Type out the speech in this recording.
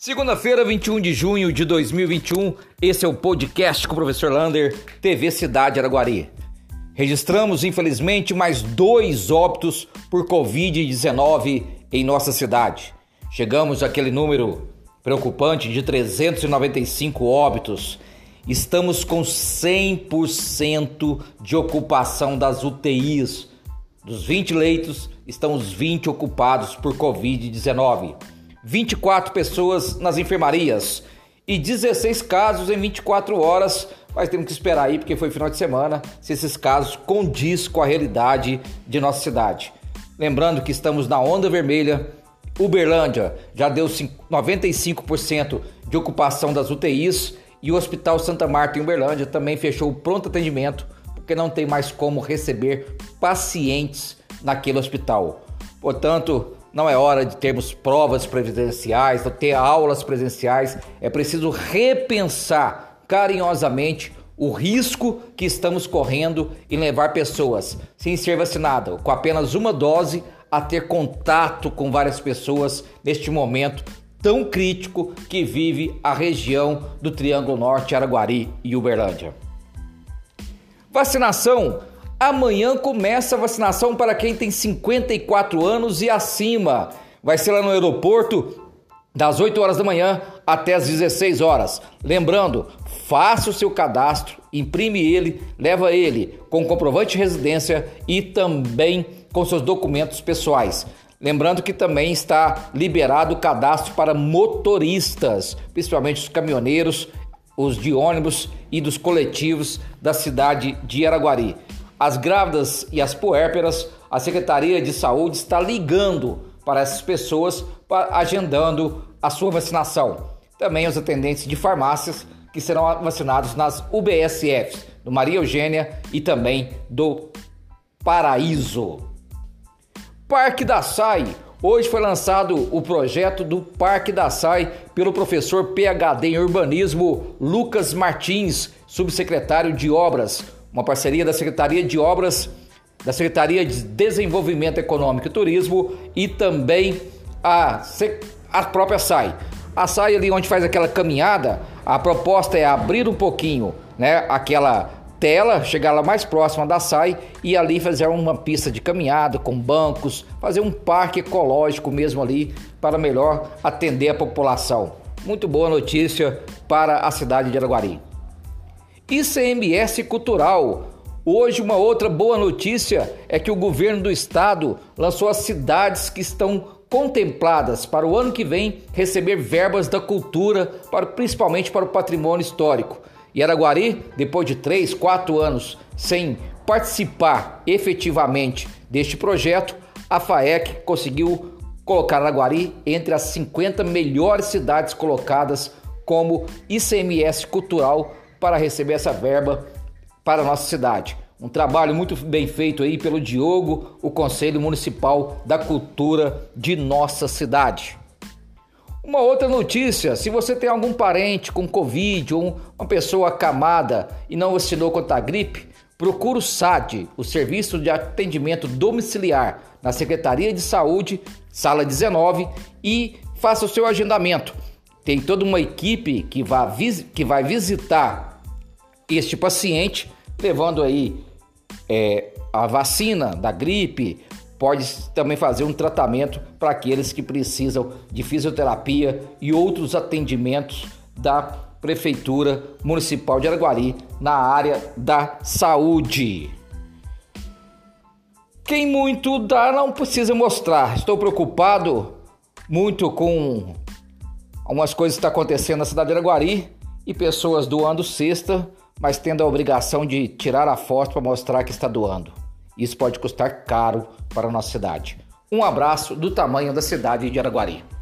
Segunda-feira, 21 de junho de 2021, esse é o podcast com o professor Lander, TV Cidade Araguari. Registramos, infelizmente, mais 2 óbitos por Covid-19 em nossa cidade. Chegamos àquele número preocupante de 395 óbitos. Estamos com 100% de ocupação das UTIs. Dos 20 leitos, estão os 20 ocupados por Covid-19. 24 pessoas nas enfermarias e 16 casos em 24 horas, mas temos que esperar aí porque foi final de semana, se esses casos condiz com a realidade de nossa cidade. Lembrando que estamos na onda vermelha, Uberlândia já deu 95% de ocupação das UTIs e o Hospital Santa Marta em Uberlândia também fechou o pronto atendimento porque não tem mais como receber pacientes naquele hospital. Portanto, não é hora de termos provas presenciais, de ter aulas presenciais. É preciso repensar carinhosamente o risco que estamos correndo em levar pessoas sem ser vacinada, com apenas uma dose, a ter contato com várias pessoas neste momento tão crítico que vive a região do Triângulo Norte, Araguari e Uberlândia. Vacinação. Amanhã começa a vacinação para quem tem 54 anos e acima. Vai ser lá no aeroporto das 8 horas da manhã até as 16 horas. Lembrando, faça o seu cadastro, imprime ele, leva ele com comprovante de residência e também com seus documentos pessoais. Lembrando que também está liberado o cadastro para motoristas, principalmente os caminhoneiros, os de ônibus e dos coletivos da cidade de Araguari. As grávidas e as puérperas, a Secretaria de Saúde está ligando para essas pessoas, agendando a sua vacinação. Também os atendentes de farmácias que serão vacinados nas UBSFs, do Maria Eugênia e também do Paraíso. Parque da SAI. Hoje foi lançado o projeto do Parque da SAI pelo professor PhD em Urbanismo Lucas Martins, subsecretário de Obras. Uma parceria da Secretaria de Obras, da Secretaria de Desenvolvimento Econômico e Turismo e também a própria SAI. A SAI ali onde faz aquela caminhada, a proposta é abrir um pouquinho, né, aquela tela, chegar lá mais próxima da SAI e ali fazer uma pista de caminhada com bancos, fazer um parque ecológico mesmo ali para melhor atender a população. Muito boa notícia para a cidade de Araguari. ICMS Cultural. Hoje uma outra boa notícia é que o governo do estado lançou as cidades que estão contempladas para o ano que vem receber verbas da cultura, principalmente para o patrimônio histórico. E Araguari, depois de 3, 4 anos sem participar efetivamente deste projeto, a FAEC conseguiu colocar Araguari entre as 50 melhores cidades colocadas como ICMS Cultural para receber essa verba para a nossa cidade. Um trabalho muito bem feito aí pelo Diogo, o Conselho Municipal da Cultura de nossa cidade. Uma outra notícia, se você tem algum parente com Covid ou uma pessoa acamada e não vacinou contra a gripe, procure o SAD, o Serviço de Atendimento Domiciliar, na Secretaria de Saúde, Sala 19, e faça o seu agendamento. Tem toda uma equipe que vai visitar este paciente, levando aí a vacina da gripe, pode também fazer um tratamento para aqueles que precisam de fisioterapia e outros atendimentos da Prefeitura Municipal de Araguari na área da saúde. Quem muito dá não precisa mostrar. Estou preocupado muito com algumas coisas que estão acontecendo na cidade de Araguari e pessoas doando cesta, mas tendo a obrigação de tirar a foto para mostrar que está doando. Isso pode custar caro para a nossa cidade. Um abraço do tamanho da cidade de Araguari.